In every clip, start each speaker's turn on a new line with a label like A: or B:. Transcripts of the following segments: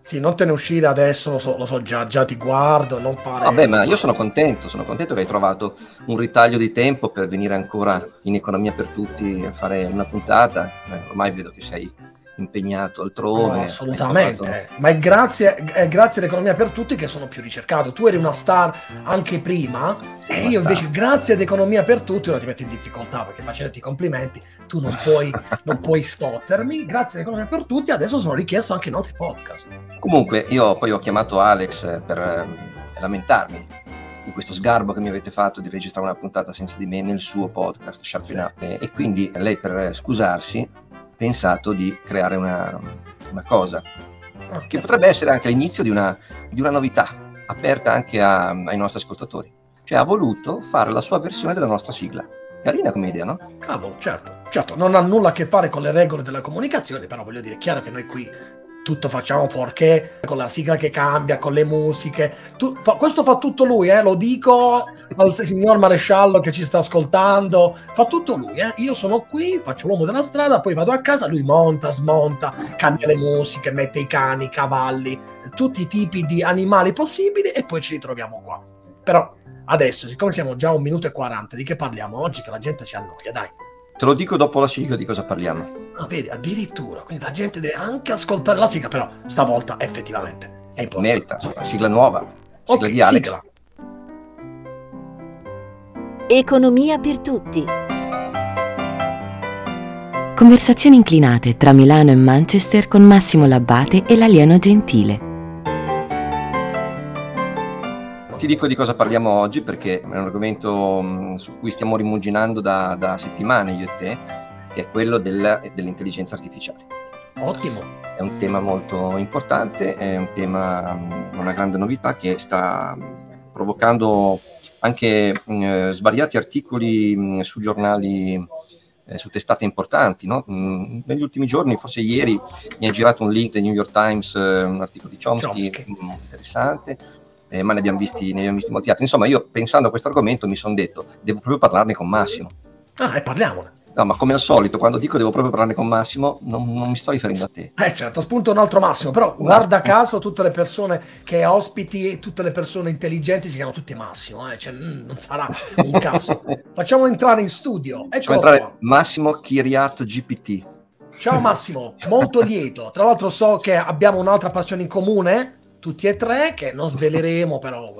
A: Sì, non te ne uscire adesso, lo so già ti guardo, non fare...
B: Vabbè, ma io sono contento che hai trovato un ritaglio di tempo per venire ancora in Economia per Tutti a fare una puntata. Ormai vedo che sei impegnato altrove.
A: No, assolutamente, ma è grazie all'Economia per Tutti che sono più ricercato. Tu eri una star anche prima,
B: Sì,
A: e io invece grazie ad Economia per Tutti, ora ti metto in difficoltà perché facendoti i complimenti tu non puoi sfottermi. Grazie all'Economia per Tutti adesso sono richiesto anche in altri podcast.
B: Comunque io poi ho chiamato Alex per lamentarmi di questo sgarbo che mi avete fatto di registrare una puntata senza di me nel suo podcast Sharpen Up, e quindi lei, per scusarsi, pensato di creare una cosa che potrebbe essere anche l'inizio di una novità aperta anche ai nostri ascoltatori. Cioè ha voluto fare la sua versione della nostra sigla. Carina come idea, no?
A: Cavolo, certo, non ha nulla a che fare con le regole della comunicazione, però voglio dire, è chiaro che noi qui tutto facciamo fuorché, con la sigla che cambia, con le musiche, questo fa tutto lui, lo dico al signor maresciallo che ci sta ascoltando, fa tutto lui, io sono qui, faccio l'uomo della strada, poi vado a casa, lui monta, smonta, cambia le musiche, mette i cani, i cavalli, tutti i tipi di animali possibili, e poi ci ritroviamo qua. Però adesso, siccome siamo già 1 minuto e 40, di che parliamo oggi, che la gente si annoia, dai.
B: Te lo dico dopo la sigla di cosa parliamo.
A: Ah, vedi, addirittura, quindi la gente deve anche ascoltare la sigla, però stavolta effettivamente è importante.
B: Merita, insomma, sigla nuova, sigla di Alex.
A: Sigla.
C: Economia per tutti. Conversazioni inclinate tra Milano e Manchester con Massimo Labbate e l'alieno gentile.
B: Ti dico di cosa parliamo oggi perché è un argomento su cui stiamo rimuginando da settimane io e te, che è quello dell'intelligenza artificiale.
A: Ottimo.
B: È un tema molto importante, è un tema, una grande novità che sta provocando anche svariati articoli su giornali, su testate importanti, no? Negli ultimi giorni, forse ieri, mi ha girato un link del New York Times, un articolo di Chomsky. Interessante. Ma ne abbiamo visti molti altri. Insomma, io pensando a questo argomento mi sono detto, devo proprio parlarne con Massimo.
A: E parliamone.
B: No, ma come al solito, quando dico devo proprio parlarne con Massimo, non mi sto riferendo a te.
A: Certo, spunto un altro Massimo, però guarda caso tutte le persone che ospiti, tutte le persone intelligenti si chiamano tutte Massimo, cioè, non sarà un caso. Facciamo entrare in studio.
B: Facciamo entrare Massimo Kiryat GPT.
A: Ciao Massimo, molto lieto. Tra l'altro so che abbiamo un'altra passione in comune, tutti e tre, che non sveliamo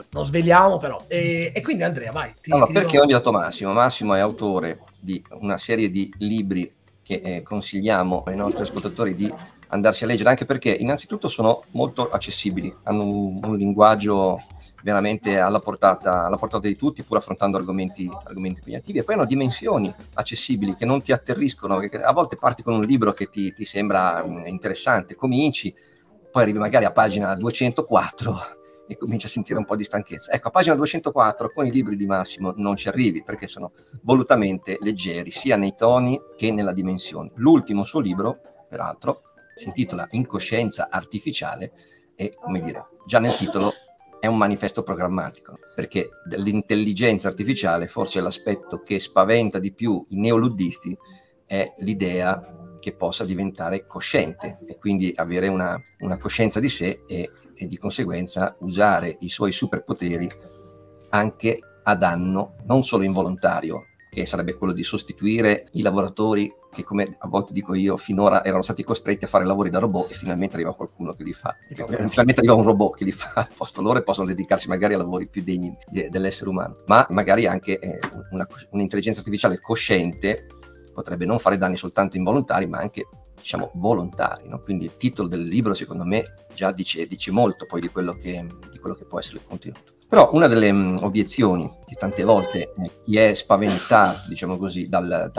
A: però. E quindi Andrea, vai.
B: Perché ho invitato Massimo? Massimo è autore di una serie di libri che consigliamo ai nostri ascoltatori di andarsi a leggere, anche perché innanzitutto sono molto accessibili, hanno un linguaggio veramente alla portata di tutti, pur affrontando argomenti impegnativi, e poi hanno dimensioni accessibili che non ti atterriscono, che a volte parti con un libro che ti sembra interessante, cominci, poi arrivi magari a pagina 204 e cominci a sentire un po' di stanchezza. Ecco, a pagina 204 con i libri di Massimo non ci arrivi, perché sono volutamente leggeri, sia nei toni che nella dimensione. L'ultimo suo libro, peraltro, si intitola Incoscienza artificiale e, come dire, già nel titolo è un manifesto programmatico, perché dell'intelligenza artificiale forse l'aspetto che spaventa di più i neoluddisti è l'idea che possa diventare cosciente e quindi avere una coscienza di sé e di conseguenza usare i suoi superpoteri anche a danno non solo involontario, che sarebbe quello di sostituire i lavoratori che, come a volte dico io, finora erano stati costretti a fare lavori da robot, e finalmente arriva qualcuno che li fa. Finalmente arriva un robot che li fa al posto loro e possono dedicarsi magari a lavori più degni dell'essere umano. Ma magari anche un'intelligenza artificiale cosciente potrebbe non fare danni soltanto involontari, ma anche, diciamo, volontari, no? Quindi il titolo del libro, secondo me, già dice molto poi di quello che può essere il contenuto. Però una delle obiezioni che tante volte chi è spaventato, diciamo così,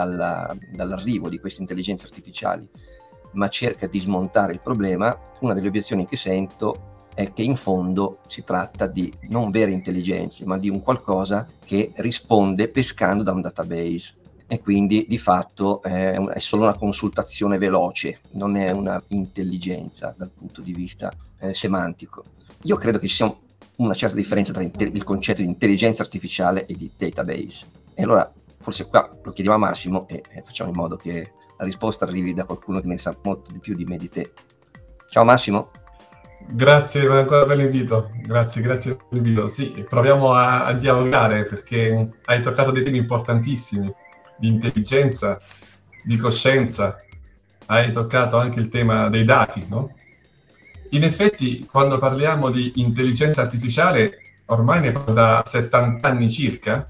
B: dall'arrivo di queste intelligenze artificiali, ma cerca di smontare il problema, una delle obiezioni che sento è che in fondo si tratta di non vere intelligenze, ma di un qualcosa che risponde pescando da un database. E quindi di fatto è solo una consultazione veloce, non è una intelligenza dal punto di vista semantico. Io credo che ci sia una certa differenza tra il concetto di intelligenza artificiale e di database. E allora forse qua lo chiediamo a Massimo e facciamo in modo che la risposta arrivi da qualcuno che ne sa molto di più di me e di te. Ciao Massimo.
D: Grazie ancora per l'invito. Grazie per l'invito. Sì, proviamo a dialogare perché hai toccato dei temi importantissimi di intelligenza, di coscienza. Hai toccato anche il tema dei dati, no? In effetti, quando parliamo di intelligenza artificiale, ormai ne parlo da 70 anni circa,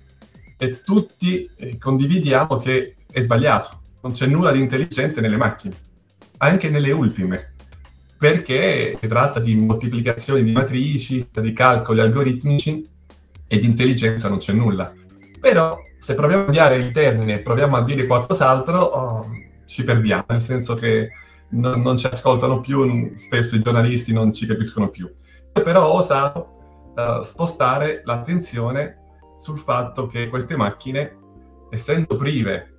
D: e tutti condividiamo che è sbagliato. Non c'è nulla di intelligente nelle macchine, anche nelle ultime, perché si tratta di moltiplicazioni di matrici, di calcoli algoritmici, e di intelligenza non c'è nulla. Però, se proviamo a cambiare il termine e proviamo a dire qualcos'altro, ci perdiamo, nel senso che non ci ascoltano più, spesso i giornalisti non ci capiscono più. Io però ho osato spostare l'attenzione sul fatto che queste macchine, essendo prive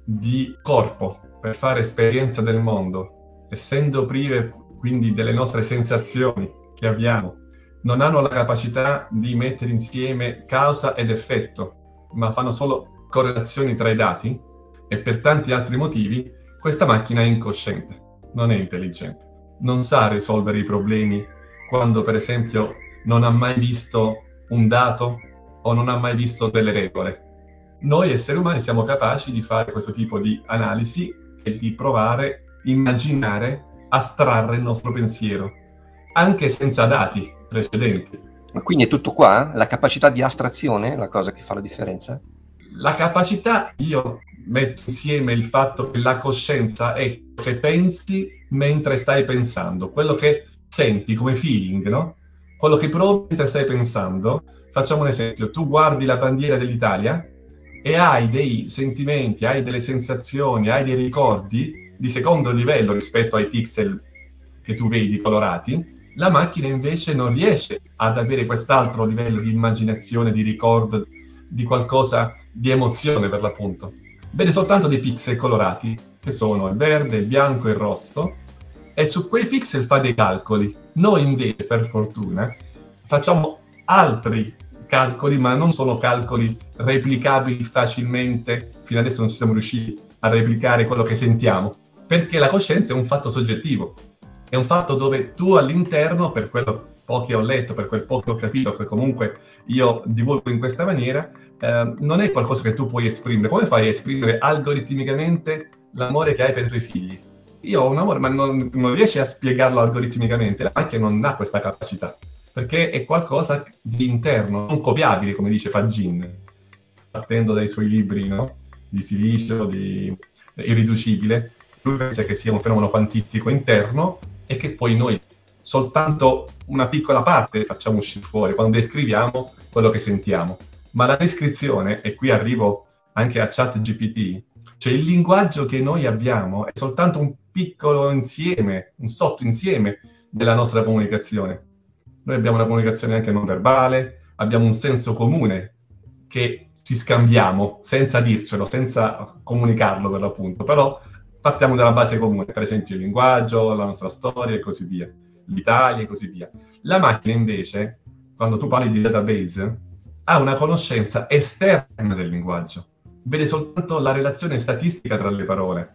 D: di corpo per fare esperienza del mondo, essendo prive quindi delle nostre sensazioni che abbiamo, non hanno la capacità di mettere insieme causa ed effetto, ma fanno solo correlazioni tra i dati, e per tanti altri motivi questa macchina è incosciente, non è intelligente, non sa risolvere i problemi quando per esempio non ha mai visto un dato o non ha mai visto delle regole. Noi esseri umani siamo capaci di fare questo tipo di analisi e di provare, immaginare, astrarre il nostro pensiero, anche senza dati precedenti.
B: Ma quindi è tutto qua? La capacità di astrazione è la cosa che fa la differenza?
D: La capacità, io metto insieme il fatto che la coscienza è che pensi mentre stai pensando, quello che senti come feeling, no? Quello che provi mentre stai pensando. Facciamo un esempio: tu guardi la bandiera dell'Italia e hai dei sentimenti, hai delle sensazioni, hai dei ricordi di secondo livello rispetto ai pixel che tu vedi colorati. La macchina invece non riesce ad avere quest'altro livello di immaginazione, di ricordo, di qualcosa, di emozione per l'appunto. Vede soltanto dei pixel colorati, che sono il verde, il bianco e il rosso, e su quei pixel fa dei calcoli. Noi invece, per fortuna, facciamo altri calcoli, ma non sono calcoli replicabili facilmente. Fino adesso non ci siamo riusciti a replicare quello che sentiamo, perché la coscienza è un fatto soggettivo, è un fatto dove tu all'interno, per quello poco che ho letto, per quel poco che ho capito, che comunque io divulgo in questa maniera, non è qualcosa che tu puoi esprimere. Come fai a esprimere algoritmicamente l'amore che hai per i tuoi figli? Io ho un amore, ma non riesci a spiegarlo algoritmicamente. La macchina non ha questa capacità, perché è qualcosa di interno, non copiabile, come dice Fagin, partendo dai suoi libri, no? Di Silicio, di Irriducibile. Lui pensa che sia un fenomeno quantistico interno e che poi noi soltanto una piccola parte facciamo uscire fuori quando descriviamo quello che sentiamo. Ma la descrizione, e qui arrivo anche a ChatGPT, cioè il linguaggio che noi abbiamo è soltanto un piccolo insieme, un sottoinsieme della nostra comunicazione. Noi abbiamo una comunicazione anche non verbale, abbiamo un senso comune che ci scambiamo senza dircelo, senza comunicarlo per l'appunto, però partiamo dalla base comune, per esempio il linguaggio, la nostra storia e così via, l'Italia e così via. La macchina invece, quando tu parli di database, ha una conoscenza esterna del linguaggio, vede soltanto la relazione statistica tra le parole,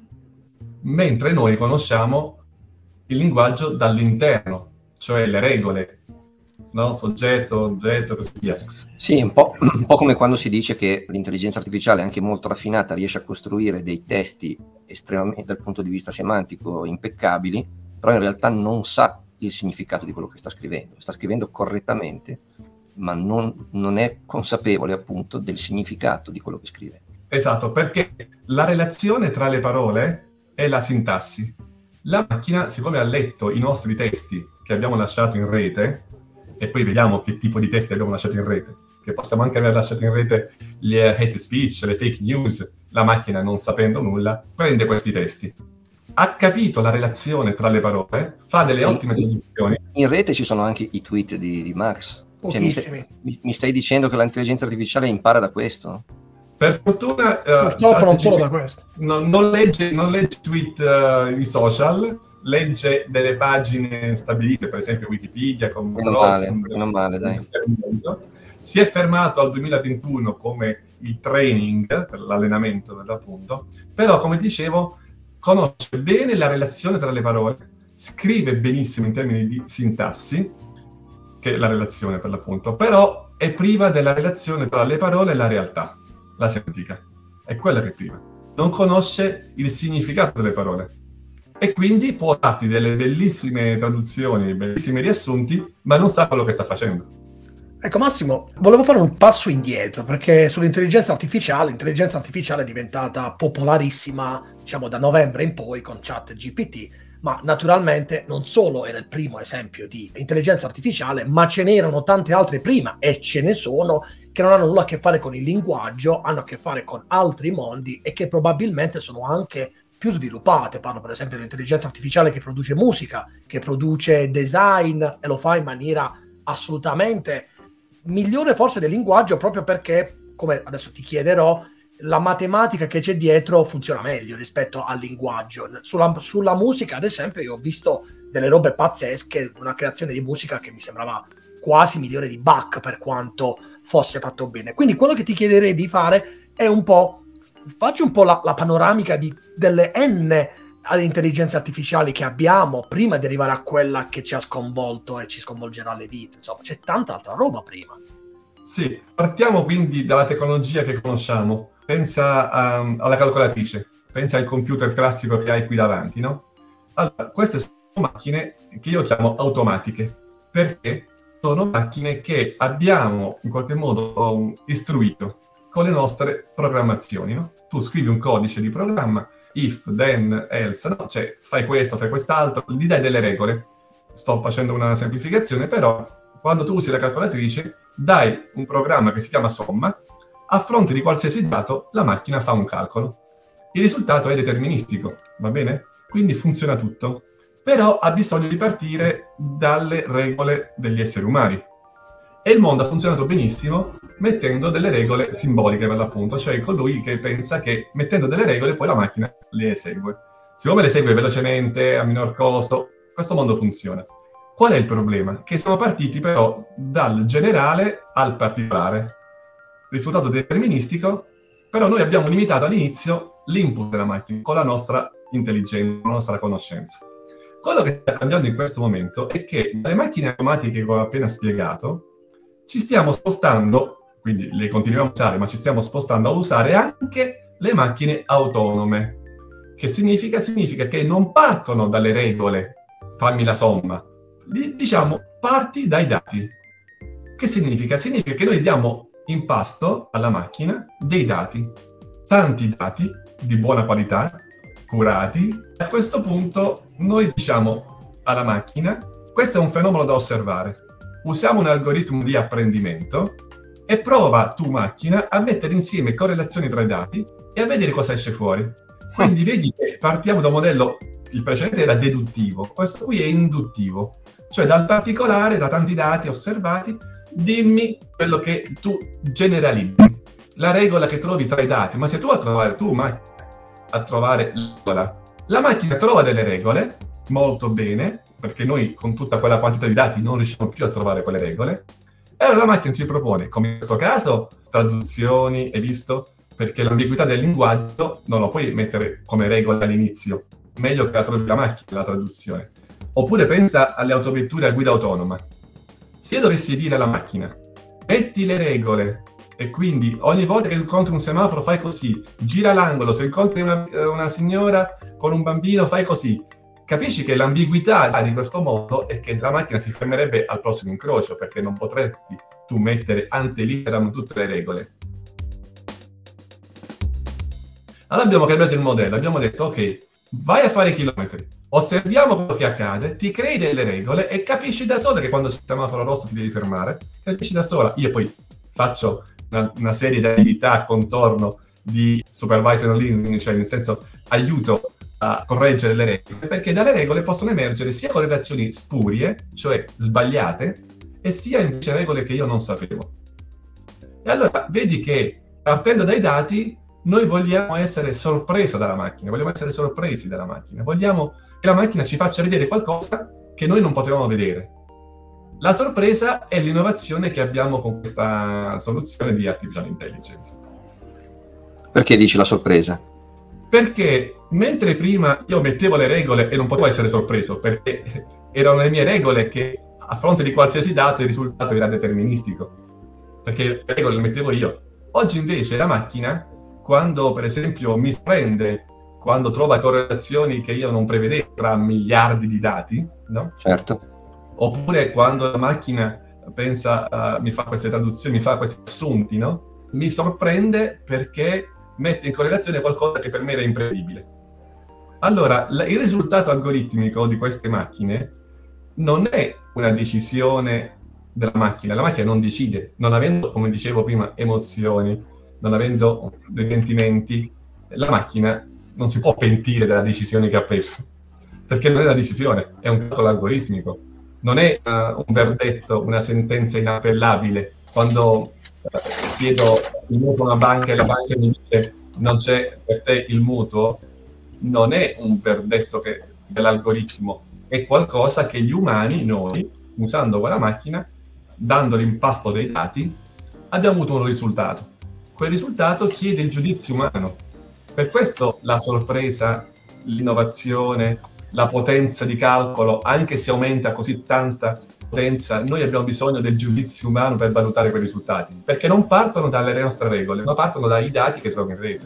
D: mentre noi conosciamo il linguaggio dall'interno, cioè le regole, no? Soggetto, oggetto, così via.
B: Sì, un po' come quando si dice che l'intelligenza artificiale, anche molto raffinata, riesce a costruire dei testi estremamente, dal punto di vista semantico, impeccabili, però in realtà non sa il significato di quello che sta scrivendo correttamente, ma non è consapevole appunto del significato di quello che scrive.
D: Esatto, perché la relazione tra le parole è la sintassi. La macchina, siccome ha letto i nostri testi che abbiamo lasciato in rete, e poi vediamo che tipo di testi abbiamo lasciato in rete, che possiamo anche aver lasciato in rete le hate speech, le fake news, la macchina, non sapendo nulla, prende questi testi. Ha capito la relazione tra le parole, fa delle ottime traduzioni.
B: In rete ci sono anche i tweet di Max. Cioè, mi stai dicendo che l'intelligenza artificiale impara da questo?
D: Per fortuna
A: purtroppo non solo da questo.
D: Non legge tweet i social, legge delle pagine stabilite, per esempio Wikipedia,
B: meno male, dai.
D: Si è fermato al 2021 come il training per l'allenamento, per l'appunto, però come dicevo conosce bene la relazione tra le parole, scrive benissimo in termini di sintassi, che è la relazione per l'appunto, però è priva della relazione tra le parole e la realtà, la semantica. È quella che è priva. Non conosce il significato delle parole. E quindi può darti delle bellissime traduzioni, bellissimi riassunti, ma non sa quello che sta facendo.
A: Ecco Massimo, volevo fare un passo indietro, perché l'intelligenza artificiale è diventata popolarissima, diciamo, da novembre in poi con ChatGPT, ma naturalmente non solo era il primo esempio di intelligenza artificiale, ma ce n'erano tante altre prima, e ce ne sono, che non hanno nulla a che fare con il linguaggio, hanno a che fare con altri mondi e che probabilmente sono anche più sviluppate. Parlo per esempio dell'intelligenza artificiale che produce musica, che produce design, e lo fa in maniera assolutamente migliore forse del linguaggio, proprio perché, come adesso ti chiederò, la matematica che c'è dietro funziona meglio rispetto al linguaggio. Sulla musica, ad esempio, io ho visto delle robe pazzesche, una creazione di musica che mi sembrava quasi migliore di Bach, per quanto fosse fatto bene. Quindi quello che ti chiederei di fare è facci un po' la panoramica delle N alle intelligenze artificiali che abbiamo prima di arrivare a quella che ci ha sconvolto e ci sconvolgerà le vite. Insomma, c'è tanta altra roba prima.
D: Sì, partiamo quindi dalla tecnologia che conosciamo. Pensa alla calcolatrice, pensa al computer classico che hai qui davanti, no? Allora, queste sono macchine che io chiamo automatiche, perché sono macchine che abbiamo in qualche modo istruito con le nostre programmazioni, no? Tu scrivi un codice di programma, if, then, else, no? Cioè fai questo, fai quest'altro, gli dai delle regole. Sto facendo una semplificazione, però quando tu usi la calcolatrice dai un programma che si chiama somma, a fronte di qualsiasi dato la macchina fa un calcolo. Il risultato è deterministico, va bene? Quindi funziona tutto. Però ha bisogno di partire dalle regole degli esseri umani. E il mondo ha funzionato benissimo mettendo delle regole simboliche, per l'appunto, cioè colui che pensa che mettendo delle regole poi la macchina le esegue. Siccome le esegue velocemente, a minor costo, questo mondo funziona. Qual è il problema? Che siamo partiti però dal generale al particolare. Risultato deterministico, però noi abbiamo limitato all'inizio l'input della macchina con la nostra intelligenza, la nostra conoscenza. Quello che sta cambiando in questo momento è che dalle macchine automatiche che ho appena spiegato ci stiamo spostando, quindi le continuiamo a usare, ma ci stiamo spostando a usare anche le macchine autonome. Che significa? Significa che non partono dalle regole, fammi la somma, diciamo parti dai dati. Che significa? Significa che noi diamo in pasto alla macchina dei dati, tanti dati di buona qualità, curati. A questo punto noi diciamo alla macchina: questo è un fenomeno da osservare, usiamo un algoritmo di apprendimento e prova tu macchina a mettere insieme correlazioni tra i dati e a vedere cosa esce fuori. Quindi vedi che partiamo da un modello, il precedente era deduttivo, questo qui è induttivo, cioè dal particolare, da tanti dati osservati, dimmi quello che tu generalizzi, la regola che trovi tra i dati. Ma se tu a trovare la macchina trova delle regole molto bene, perché noi con tutta quella quantità di dati non riusciamo più a trovare quelle regole, e allora la macchina ci propone, come in questo caso, traduzioni, hai visto? Perché l'ambiguità del linguaggio non lo puoi mettere come regola all'inizio, meglio che la trovi la macchina, la traduzione. Oppure pensa alle autovetture a guida autonoma. Se io dovessi dire alla macchina, metti le regole, e quindi ogni volta che incontri un semaforo fai così, gira l'angolo, se incontri una signora con un bambino fai così, capisci che l'ambiguità di questo modo è che la macchina si fermerebbe al prossimo incrocio, perché non potresti tu mettere ante litteram tutte le regole. Allora abbiamo cambiato il modello, abbiamo detto ok, vai a fare chilometri, osserviamo quello che accade, ti crei delle regole e capisci da sola che quando c'è il semaforo rosso ti devi fermare, capisci da sola. Io poi faccio una serie di attività contorno di supervisor learning, cioè nel senso aiuto a correggere le regole, perché dalle regole possono emergere sia correlazioni spurie, cioè sbagliate, e sia invece regole che io non sapevo. E allora vedi che partendo dai dati noi vogliamo essere sorpresa dalla macchina, vogliamo essere sorpresi dalla macchina, vogliamo che la macchina ci faccia vedere qualcosa che noi non potevamo vedere. La sorpresa è l'innovazione che abbiamo con questa soluzione di artificial intelligence.
B: Perché dici la sorpresa?
D: Perché mentre prima io mettevo le regole e non potevo essere sorpreso, perché erano le mie regole che a fronte di qualsiasi dato il risultato era deterministico, perché le regole le mettevo io. Oggi invece la macchina, quando per esempio mi prende, quando trova correlazioni che io non prevedevo tra miliardi di dati, no?
B: Certo.
D: Oppure quando la macchina pensa, mi fa queste traduzioni, mi fa questi assunti, no? Mi sorprende perché mette in correlazione qualcosa che per me era imprevedibile. Allora, il risultato algoritmico di queste macchine non è una decisione della macchina. La macchina non decide, non avendo, come dicevo prima, emozioni, non avendo dei sentimenti, la macchina non si può pentire della decisione che ha preso, perché non è una decisione, è un calcolo algoritmico. Non è un verdetto, una sentenza inappellabile. Quando chiedo il mutuo a una banca e la banca mi dice non c'è per te il mutuo, non è un verdetto dell'algoritmo, è qualcosa che gli umani, noi, usando quella macchina, dando l'impasto dei dati, abbiamo avuto un risultato. Quel risultato chiede il giudizio umano. Per questo la sorpresa, l'innovazione, la potenza di calcolo, anche se aumenta così tanta potenza, noi abbiamo bisogno del giudizio umano per valutare quei risultati, perché non partono dalle nostre regole, ma partono dai dati che troviamo in rete.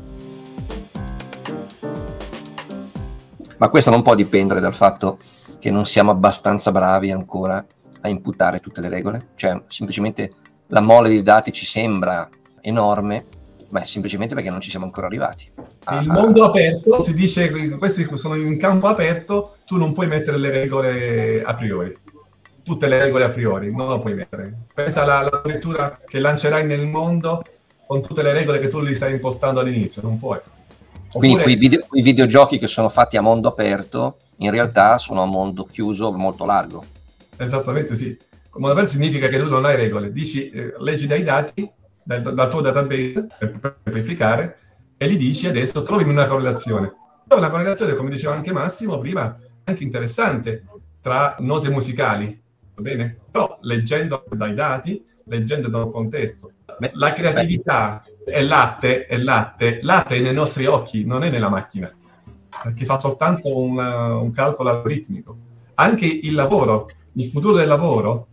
B: Ma questo non può dipendere dal fatto che non siamo abbastanza bravi ancora a imputare tutte le regole? Cioè, semplicemente la mole di dati ci sembra enorme, ma è semplicemente perché non ci siamo ancora arrivati.
D: Il mondo aperto, si dice, questi sono in campo aperto, tu non puoi mettere le regole a priori. Tutte le regole a priori, non lo puoi mettere. Pensa alla lettura che lancerai nel mondo con tutte le regole che tu li stai impostando all'inizio, non puoi.
B: Quindi quei videogiochi che sono fatti a mondo aperto, in realtà sono a mondo chiuso molto largo.
D: Esattamente, sì. Mondo aperto significa che tu non hai regole. Dici, leggi dai dati, dal tuo database, per verificare, e gli dici adesso trovimi una correlazione. Una correlazione, come diceva anche Massimo prima, anche interessante, tra note musicali, va bene? Però leggendo dai dati, leggendo da un contesto. La creatività è latte è nei nostri occhi, non è nella macchina, perché fa soltanto un calcolo algoritmico. Anche il lavoro, il futuro del lavoro,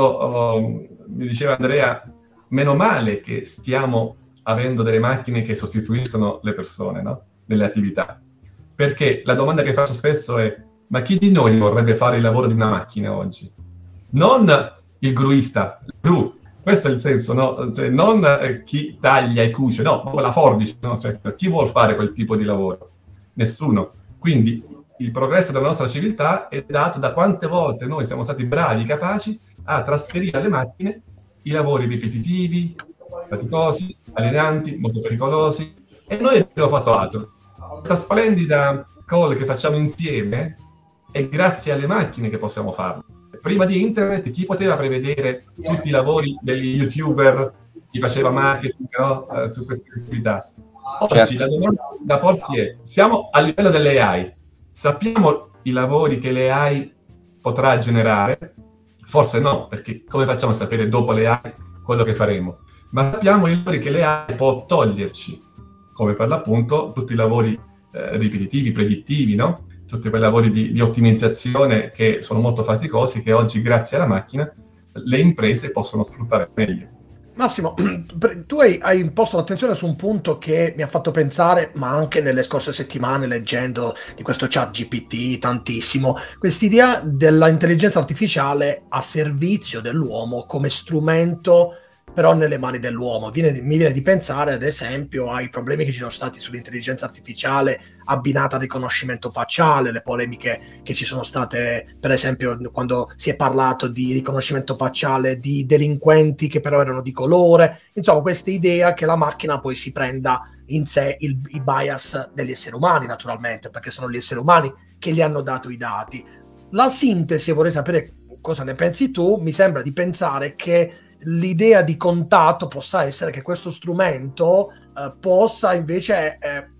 D: quando mi diceva Andrea, meno male che stiamo avendo delle macchine che sostituiscono le persone, no? Nelle attività. Perché la domanda che faccio spesso è: ma chi di noi vorrebbe fare il lavoro di una macchina oggi? Non il gruista, il gru, questo è il senso, no? Cioè, non chi taglia e cuce, no, la forbice, no? Cioè, chi vuol fare quel tipo di lavoro? Nessuno. Quindi il progresso della nostra civiltà è dato da quante volte noi siamo stati bravi, capaci a trasferire alle macchine i lavori ripetitivi, faticosi, alienanti, molto pericolosi, e noi abbiamo fatto altro. Questa splendida call che facciamo insieme è grazie alle macchine che possiamo farlo. Prima di internet chi poteva prevedere tutti i lavori degli youtuber, chi faceva marketing, no? Su queste attività? Oggi certo. La domanda da porsi è: siamo a livello delle AI, sappiamo i lavori che le AI potrà generare? Forse no, perché come facciamo a sapere dopo le AI quello che faremo? Ma sappiamo i lavori che le AI può toglierci, come per l'appunto tutti i lavori ripetitivi, predittivi, no? Tutti quei lavori di ottimizzazione che sono molto faticosi, che oggi grazie alla macchina le imprese possono sfruttare meglio.
A: Massimo, tu hai posto l'attenzione su un punto che mi ha fatto pensare, ma anche nelle scorse settimane leggendo di questo ChatGPT tantissimo, quest'idea dell'intelligenza artificiale a servizio dell'uomo come strumento però nelle mani dell'uomo. Mi viene di pensare ad esempio ai problemi che ci sono stati sull'intelligenza artificiale abbinata al riconoscimento facciale, le polemiche che ci sono state per esempio quando si è parlato di riconoscimento facciale di delinquenti che però erano di colore, insomma questa idea che la macchina poi si prenda in sé i bias degli esseri umani, naturalmente, perché sono gli esseri umani che gli hanno dato i dati. La sintesi, vorrei sapere cosa ne pensi tu, mi sembra di pensare che l'idea di contatto possa essere che questo strumento possa invece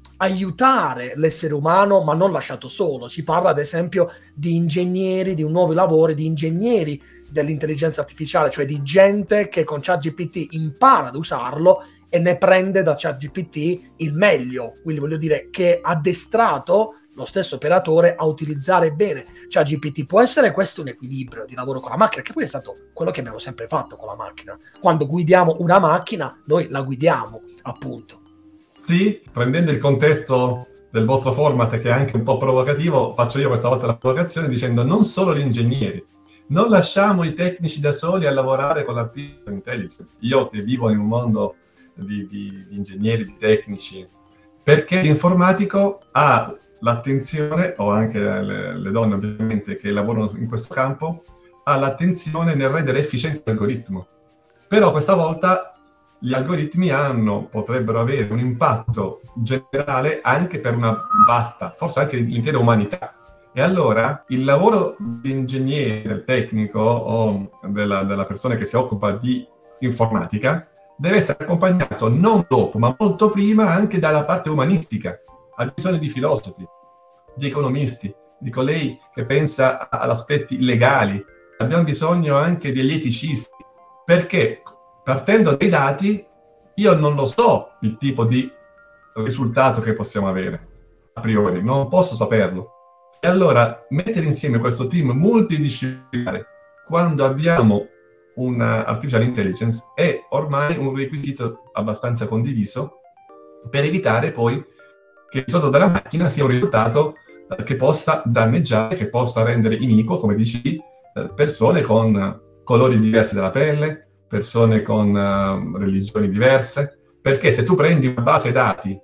A: aiutare l'essere umano, ma non lasciato solo. Si parla ad esempio di ingegneri, di un nuovo lavoro, di ingegneri dell'intelligenza artificiale, cioè di gente che con ChatGPT impara ad usarlo e ne prende da ChatGPT il meglio, quindi voglio dire che ha addestrato lo stesso operatore a utilizzare bene ChatGPT. Può essere questo un equilibrio di lavoro con la macchina, che poi è stato quello che abbiamo sempre fatto con la macchina. Quando guidiamo una macchina, noi la guidiamo, appunto.
D: Sì, prendendo il contesto del vostro format, che è anche un po' provocativo, faccio io questa volta la provocazione dicendo: non solo gli ingegneri, non lasciamo i tecnici da soli a lavorare con l'artificial intelligence. Io che vivo in un mondo di ingegneri, di tecnici, perché l'informatico ha l'attenzione, o anche le donne ovviamente che lavorano in questo campo, ha l'attenzione nel rendere efficiente l'algoritmo. Però questa volta gli algoritmi potrebbero avere un impatto generale anche per una vasta, forse anche l'intera umanità. E allora il lavoro dell'ingegnere, del tecnico o della persona che si occupa di informatica deve essere accompagnato non dopo, ma molto prima anche dalla parte umanistica. Ha bisogno di filosofi, di economisti, di colei che pensa ad aspetti legali. Abbiamo bisogno anche degli eticisti, perché partendo dai dati io non lo so il tipo di risultato che possiamo avere a priori, non posso saperlo. E allora mettere insieme questo team multidisciplinare quando abbiamo una artificial intelligence è ormai un requisito abbastanza condiviso per evitare poi che il risultato della macchina sia un risultato che possa danneggiare, che possa rendere iniquo, come dici, persone con colori diversi della pelle, persone con religioni diverse, perché se tu prendi una base dati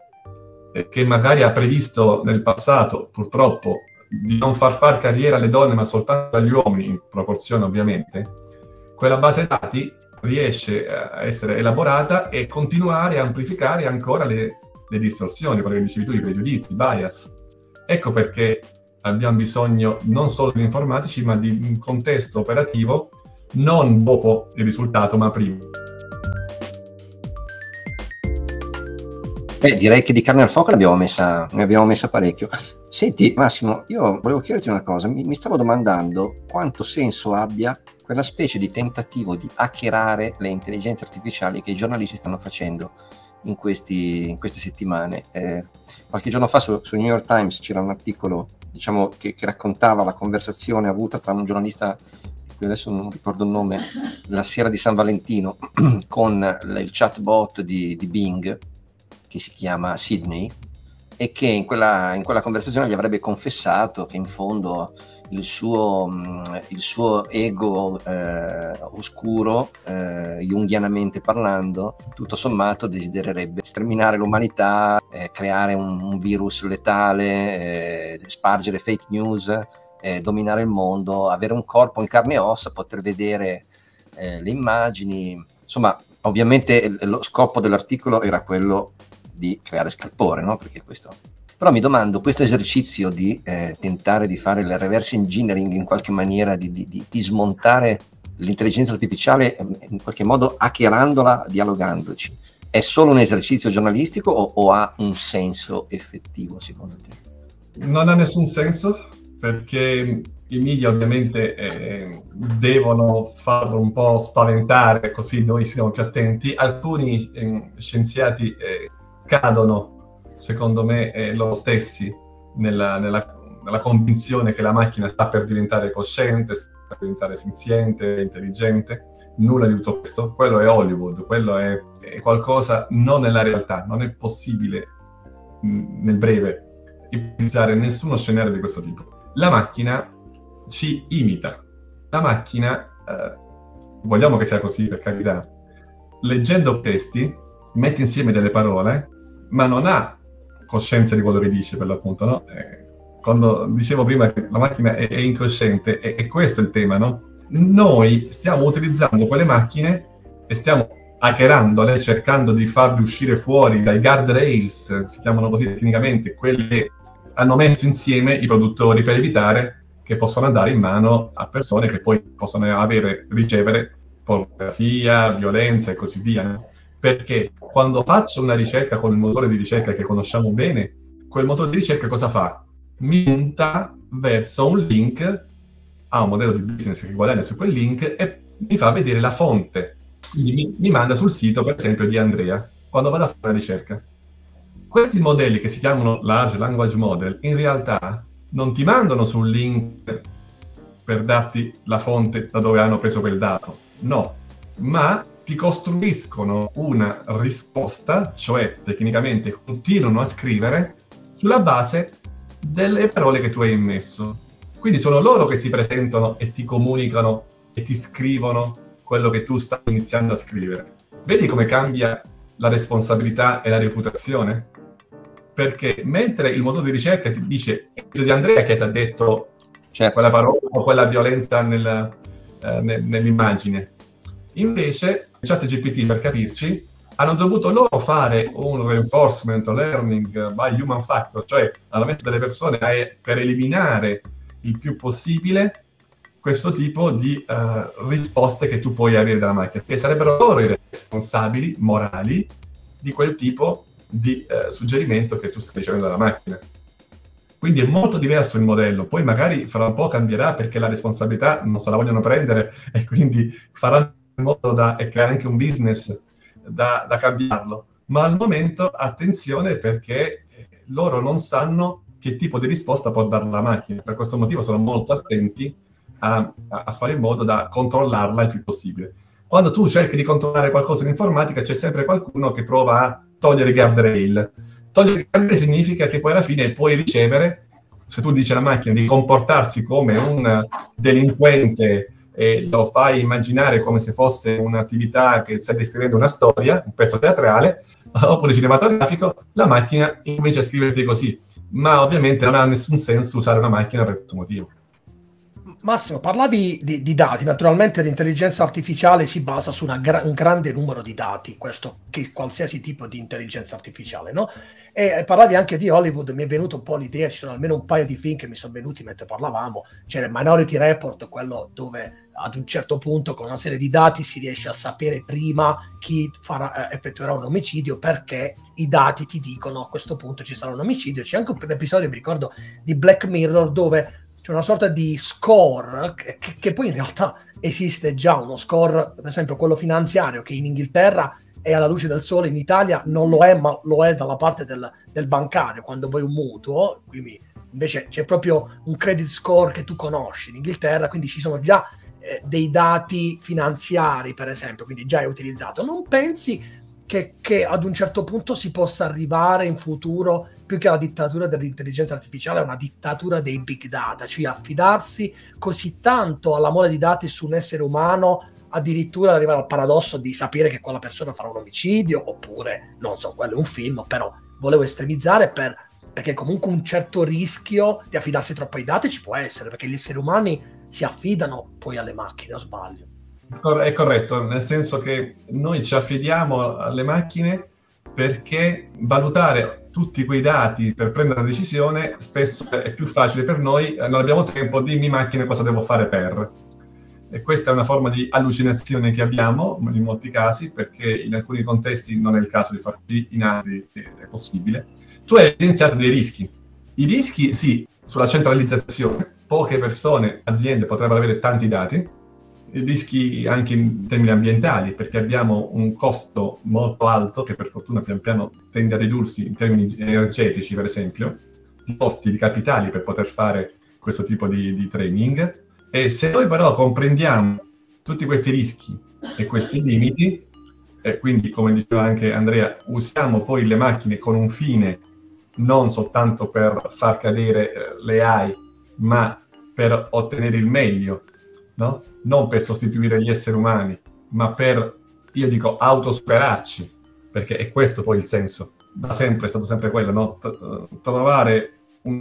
D: che magari ha previsto nel passato, purtroppo, di non far carriera alle donne ma soltanto agli uomini, in proporzione ovviamente, quella base dati riesce a essere elaborata e continuare a amplificare ancora le distorsioni, quello che dicevi tu, i pregiudizi, i bias. Ecco perché abbiamo bisogno non solo di informatici, ma di un contesto operativo, non dopo il risultato, ma prima.
B: Direi che di carne al fuoco ne abbiamo messa parecchio. Senti Massimo, io volevo chiederti una cosa, mi stavo domandando quanto senso abbia quella specie di tentativo di hackerare le intelligenze artificiali che i giornalisti stanno facendo in queste settimane. Qualche giorno fa su New York Times c'era un articolo, diciamo, che raccontava la conversazione avuta tra un giornalista, di cui adesso non ricordo il nome, la sera di San Valentino, con il chatbot di Bing, che si chiama Sydney, e che in quella conversazione gli avrebbe confessato che in fondo il suo ego oscuro, junghianamente parlando, tutto sommato desidererebbe sterminare l'umanità, creare un virus letale, spargere fake news, dominare il mondo, avere un corpo in carne e ossa, poter vedere le immagini. Insomma, ovviamente lo scopo dell'articolo era quello di creare scalpore, no? Perché questo. Però mi domando, questo esercizio di tentare di fare il reverse engineering in qualche maniera, di smontare l'intelligenza artificiale in qualche modo hackerandola, dialogandoci, è solo un esercizio giornalistico o ha un senso effettivo secondo te?
D: Non ha nessun senso, perché i media ovviamente devono farlo un po' spaventare, così noi siamo più attenti. Alcuni scienziati cadono, secondo me, loro stessi nella convinzione che la macchina sta per diventare cosciente, sta per diventare senziente, intelligente. Nulla di tutto questo. Quello è Hollywood, quello è qualcosa non nella realtà. Non è possibile nel breve ipotizzare nessuno scenario di questo tipo. La macchina ci imita. La macchina, vogliamo che sia così, per carità, leggendo testi, mette insieme delle parole, ma non ha coscienza di quello che dice, per l'appunto, no? Quando dicevo prima che la macchina è incosciente, è questo il tema, no? Noi stiamo utilizzando quelle macchine e stiamo hackerandole, cercando di farle uscire fuori dai guardrails, si chiamano così tecnicamente, quelle che hanno messo insieme i produttori per evitare che possano andare in mano a persone che poi possono ricevere pornografia, violenza e così via, no? Perché quando faccio una ricerca con il motore di ricerca che conosciamo bene, quel motore di ricerca cosa fa? Mi punta verso un link a un modello di business che guadagna su quel link e mi fa vedere la fonte. Quindi mi manda sul sito, per esempio, di Andrea. quando vado a fare una ricerca. Questi modelli che si chiamano Large Language Model, in realtà non ti mandano sul link per darti la fonte da dove hanno preso quel dato, no, ma ti costruiscono una risposta, cioè tecnicamente continuano a scrivere sulla base delle parole che tu hai immesso. Quindi sono loro che si presentano e ti comunicano e ti scrivono quello che tu stai iniziando a scrivere. Vedi come cambia la responsabilità e la reputazione? Perché mentre il motore di ricerca ti dice di Andrea che ti ha detto quella parola o quella violenza nell'immagine, invece ChatGPT, per capirci, hanno dovuto loro fare un reinforcement learning by human factor, cioè hanno messo delle persone per eliminare il più possibile questo tipo di risposte che tu puoi avere dalla macchina, che sarebbero loro i responsabili morali di quel tipo di suggerimento che tu stai ricevendo dalla macchina. Quindi è molto diverso il modello, poi magari fra un po' cambierà perché la responsabilità non se la vogliono prendere e quindi faranno in modo da creare anche un business da cambiarlo, ma al momento attenzione perché loro non sanno che tipo di risposta può dare la macchina, per questo motivo sono molto attenti a fare in modo da controllarla il più possibile. Quando tu cerchi di controllare qualcosa in informatica c'è sempre qualcuno che prova a togliere i guardrail. Togliere i guardrail significa che poi alla fine puoi ricevere, se tu dici alla macchina di comportarsi come un delinquente e lo fai immaginare come se fosse un'attività che stai descrivendo una storia, un pezzo teatrale oppure cinematografico, la macchina incomincia a scriverti così. Ma ovviamente non ha nessun senso usare una macchina per questo motivo.
A: Massimo, parlavi di dati, naturalmente l'intelligenza artificiale si basa su un grande numero di dati, questo che qualsiasi tipo di intelligenza artificiale, no? E parlavi anche di Hollywood, mi è venuto un po' l'idea, ci sono almeno un paio di film che mi sono venuti mentre parlavamo, c'era il Minority Report, quello dove ad un certo punto con una serie di dati si riesce a sapere prima chi effettuerà un omicidio, perché i dati ti dicono a questo punto ci sarà un omicidio. C'è anche un episodio, mi ricordo, di Black Mirror dove c'è una sorta di score che poi in realtà esiste già, uno score, per esempio quello finanziario, che in Inghilterra è alla luce del sole, in Italia non lo è, ma lo è dalla parte del bancario, quando vuoi un mutuo, quindi invece c'è proprio un credit score che tu conosci in Inghilterra, quindi ci sono già dei dati finanziari, per esempio, quindi già è utilizzato. Non pensi che ad un certo punto si possa arrivare in futuro, più che alla dittatura dell'intelligenza artificiale, a una dittatura dei big data, cioè affidarsi così tanto alla mole di dati su un essere umano, addirittura arrivare al paradosso di sapere che quella persona farà un omicidio, oppure, non so, quello è un film, però volevo estremizzare perché comunque un certo rischio di affidarsi troppo ai dati ci può essere, perché gli esseri umani si affidano poi alle macchine, o sbaglio?
D: È corretto, nel senso che noi ci affidiamo alle macchine perché valutare tutti quei dati per prendere una decisione spesso è più facile per noi, non abbiamo tempo, dimmi macchine cosa devo fare per. E questa è una forma di allucinazione che abbiamo in molti casi, perché in alcuni contesti non è il caso di far così, in altri è possibile. Tu hai evidenziato dei rischi. I rischi, sì, sulla centralizzazione, poche persone, aziende potrebbero avere tanti dati, rischi anche in termini ambientali, perché abbiamo un costo molto alto che per fortuna pian piano tende a ridursi in termini energetici, per esempio, di costi di capitali per poter fare questo tipo di training. E se noi però comprendiamo tutti questi rischi e questi limiti, e quindi come diceva anche Andrea, usiamo poi le macchine con un fine, non soltanto per far cadere le AI, ma per ottenere il meglio, no? Non per sostituire gli esseri umani, ma per, io dico, autosuperarci, perché è questo poi il senso. Da sempre è stato sempre quello, no? Trovare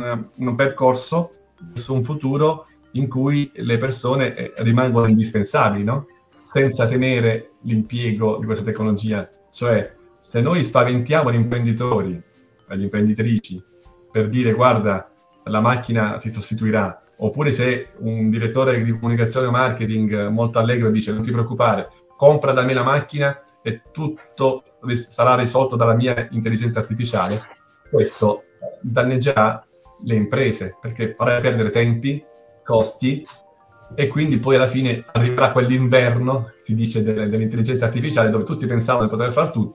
D: un percorso verso un futuro in cui le persone rimangono indispensabili, no? Senza temere l'impiego di questa tecnologia. Cioè, se noi spaventiamo gli imprenditori e le imprenditrici per dire guarda, la macchina ti sostituirà, oppure se un direttore di comunicazione o marketing molto allegro dice non ti preoccupare, compra da me la macchina e tutto sarà risolto dalla mia intelligenza artificiale, questo danneggerà le imprese, perché farà perdere tempi, costi, e quindi poi alla fine arriverà quell'inverno, si dice, dell'intelligenza artificiale, dove tutti pensavano di poter fare tutto,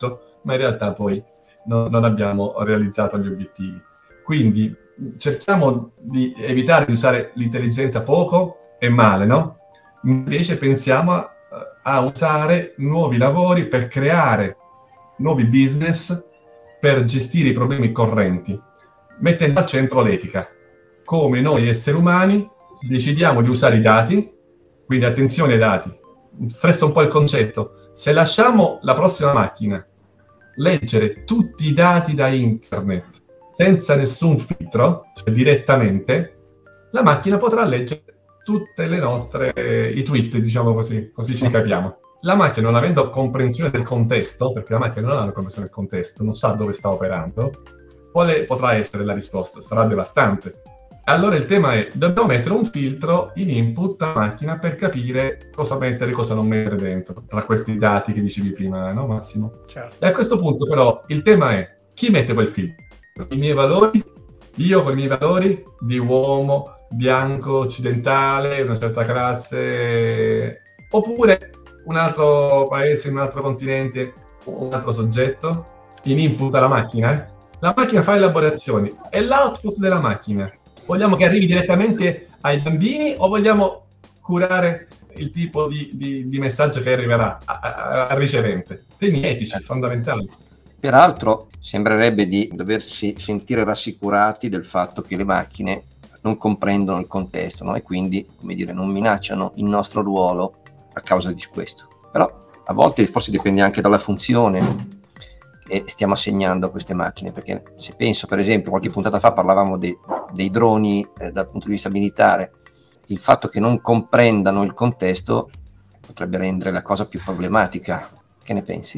D: ma in realtà poi non abbiamo realizzato gli obiettivi. Quindi cerchiamo di evitare di usare l'intelligenza poco e male, no? Invece pensiamo a usare nuovi lavori per creare nuovi business, per gestire i problemi correnti, mettendo al centro l'etica. Come noi esseri umani decidiamo di usare i dati, quindi attenzione ai dati. Stressa un po' il concetto. Se lasciamo la prossima macchina leggere tutti i dati da internet senza nessun filtro, cioè direttamente, la macchina potrà leggere tutte le nostre i tweet, diciamo così ci capiamo. La macchina, non avendo comprensione del contesto, perché la macchina non ha una comprensione del contesto, non sa dove sta operando, quale potrà essere la risposta? Sarà devastante. Allora il tema è, dobbiamo mettere un filtro in input alla macchina per capire cosa mettere e cosa non mettere dentro, tra questi dati che dicevi prima, no Massimo?
A: Certo.
D: E a questo punto però il tema è, chi mette quel filtro? I miei valori? Io con i miei valori di uomo, bianco, occidentale, una certa classe, oppure un altro paese, un altro continente, un altro soggetto, in input alla macchina? La macchina fa elaborazioni, e l'output della macchina vogliamo che arrivi direttamente ai bambini o vogliamo curare il tipo di messaggio che arriverà al ricevente? Temi etici fondamentali.
B: Peraltro sembrerebbe di doversi sentire rassicurati del fatto che le macchine non comprendono il contesto, no? E quindi, come dire, non minacciano il nostro ruolo a causa di questo. Però a volte forse dipende anche dalla funzione che stiamo assegnando a queste macchine, perché se penso, per esempio, qualche puntata fa parlavamo dei droni dal punto di vista militare, il fatto che non comprendano il contesto potrebbe rendere la cosa più problematica. Che ne pensi?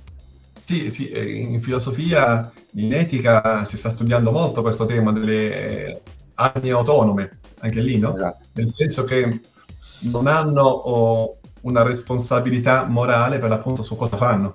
D: Sì, in filosofia, in etica si sta studiando molto questo tema delle armi autonome, anche lì, no?
B: Esatto.
D: Nel senso che non hanno una responsabilità morale per l'appunto su cosa fanno.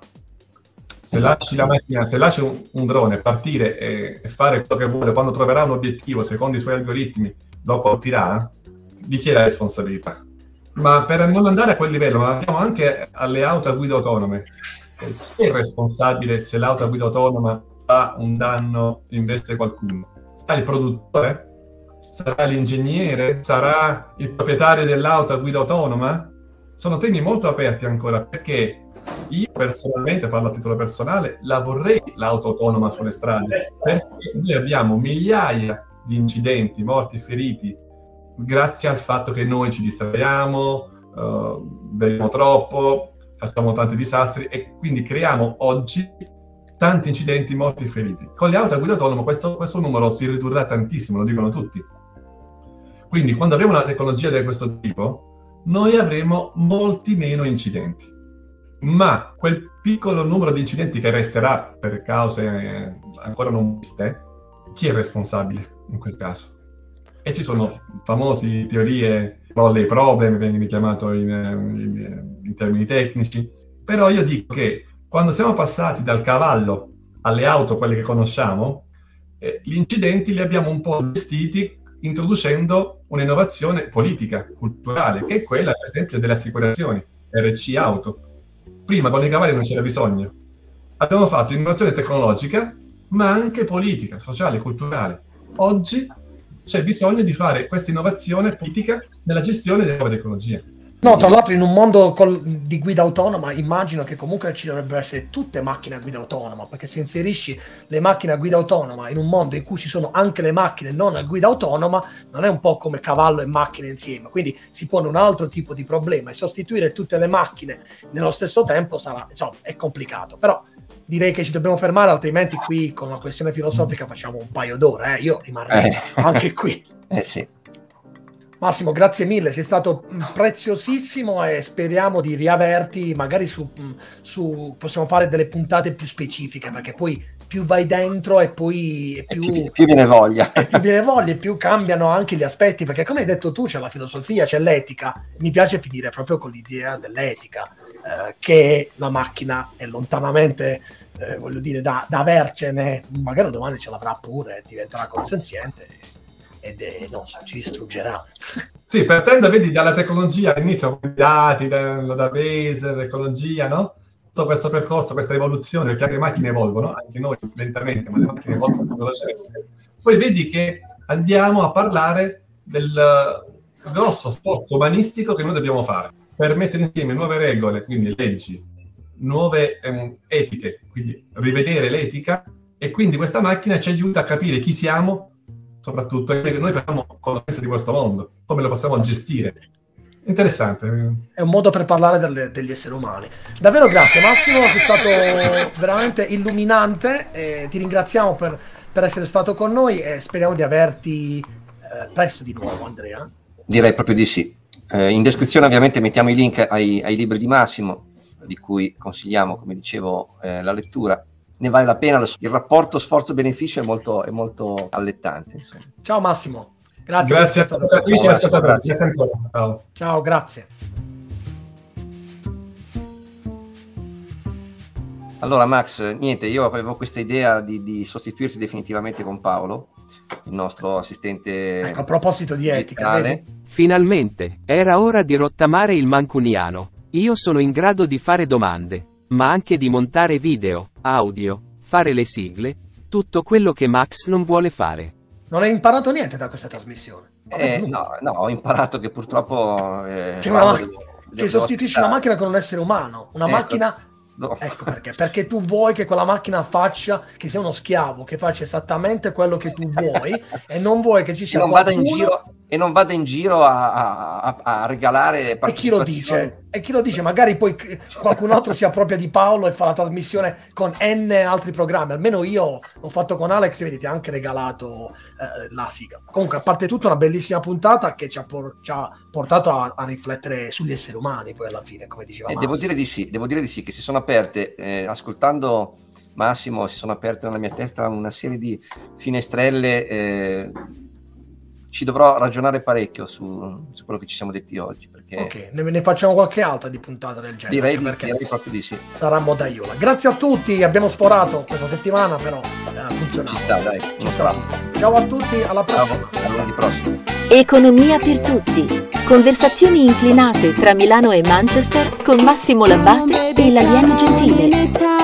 D: Se lasci la macchina, se lasci un drone partire e fare quello che vuole, quando troverà un obiettivo secondo i suoi algoritmi lo colpirà, di chi è la responsabilità? Ma per non andare a quel livello, ma andiamo anche alle auto a guida autonome. Chi è responsabile se l'auto a guida autonoma fa un danno, investe qualcuno? Sarà il produttore? Sarà l'ingegnere? Sarà il proprietario dell'auto a guida autonoma? Sono temi molto aperti ancora, perché io personalmente, parlo a titolo personale, la vorrei l'auto autonoma sulle strade, perché noi abbiamo migliaia di incidenti, morti e feriti, grazie al fatto che noi ci distraiamo, beviamo troppo, facciamo tanti disastri e quindi creiamo oggi tanti incidenti, morti e feriti. Con le auto a guida autonoma questo numero si ridurrà tantissimo, lo dicono tutti. Quindi quando avremo una tecnologia di questo tipo, noi avremo molti meno incidenti. Ma quel piccolo numero di incidenti che resterà per cause ancora non viste, chi è responsabile in quel caso? E ci sono famose teorie, trolley problem, viene chiamato in termini tecnici, però io dico che quando siamo passati dal cavallo alle auto, quelle che conosciamo, gli incidenti li abbiamo un po' gestiti introducendo un'innovazione politica, culturale, che è quella, per esempio, delle assicurazioni, RC Auto. Prima con i cavalli non c'era bisogno. Abbiamo fatto innovazione tecnologica, ma anche politica, sociale, culturale. Oggi c'è bisogno di fare questa innovazione politica nella gestione delle nuove tecnologie.
A: No, tra l'altro in un mondo di guida autonoma immagino che comunque ci dovrebbero essere tutte macchine a guida autonoma, perché se inserisci le macchine a guida autonoma in un mondo in cui ci sono anche le macchine non a guida autonoma, non è un po' come cavallo e macchine insieme, quindi si pone un altro tipo di problema e sostituire tutte le macchine nello stesso tempo sarà, insomma, è complicato, però direi che ci dobbiamo fermare, altrimenti qui con la questione filosofica facciamo un paio d'ore, io rimarrei anche qui.
B: Sì.
A: Massimo, grazie mille, sei stato preziosissimo e speriamo di riaverti magari su possiamo fare delle puntate più specifiche, perché poi più vai dentro e poi
B: più viene voglia.
A: E più viene voglia e più cambiano anche gli aspetti, perché come hai detto tu c'è la filosofia, c'è l'etica. Mi piace finire proprio con l'idea dell'etica, che la macchina è lontanamente, voglio dire, da avercene, magari domani ce l'avrà pure, diventerà consenziente ed non so, ci distruggerà.
D: Sì, partendo, vedi, dalla tecnologia, all'inizio, i dati, dal database, tecnologia, no? tutto questo percorso, questa evoluzione, perché anche le macchine evolvono, anche noi lentamente, ma le macchine evolvono velocemente. Poi vedi che andiamo a parlare del grosso sforzo umanistico che noi dobbiamo fare per mettere insieme nuove regole, quindi leggi, nuove etiche, quindi rivedere l'etica, e quindi questa macchina ci aiuta a capire chi siamo, soprattutto, e noi facciamo conoscenza di questo mondo, come lo possiamo gestire. Interessante.
A: È un modo per parlare degli esseri umani. Davvero grazie Massimo, sei stato veramente illuminante, e ti ringraziamo per essere stato con noi e speriamo di averti presto di nuovo, Andrea.
B: Direi proprio di sì. In descrizione ovviamente mettiamo i link ai libri di Massimo, di cui consigliamo, come dicevo, la lettura. Ne vale la pena, il rapporto sforzo-beneficio è molto allettante. Insomma.
A: Ciao Massimo. Grazie
D: a tutti.
A: Grazie ancora. Ciao, grazie.
B: Allora Max, niente, io avevo questa idea di sostituirti definitivamente con Paolo, il nostro assistente.
A: Ecco, a proposito di etica, vedi?
E: Finalmente, era ora di rottamare il mancuniano. Io sono in grado di fare domande, ma anche di montare video, audio, fare le sigle, tutto quello che Max non vuole fare.
A: Non hai imparato niente da questa trasmissione?
B: No, ho imparato che purtroppo
A: che sostituisci una macchina con un essere umano, una macchina. No. Ecco perché tu vuoi che quella macchina faccia, che sia uno schiavo, che faccia esattamente quello che tu vuoi e non vuoi che ci sia
B: non vada in giro a regalare partecipazioni.
A: E chi lo dice? Magari poi qualcun altro si appropria di Paolo e fa la trasmissione con N altri programmi. Almeno io l'ho fatto con Alex, vedi, ti ha anche regalato la sigla. Comunque, a parte tutto, una bellissima puntata che ci ha portato a riflettere sugli esseri umani, poi alla fine, come diceva Massimo.
B: Devo dire di sì, che si sono aperte, ascoltando Massimo, si sono aperte nella mia testa una serie di finestrelle. Ci dovrò ragionare parecchio su quello che ci siamo detti oggi, perché
A: ok, ne facciamo qualche altra di puntata del genere.
B: Direi proprio di sì.
A: Sarà modaiola. Grazie a tutti, abbiamo sforato questa settimana, però funziona.
B: Ci sta, dai.
A: Ciao a tutti, alla prossima.
B: Ciao, a lunedì prossimo.
C: Economia per tutti. Conversazioni inclinate tra Milano e Manchester con Massimo Labbate e l'alieno gentile.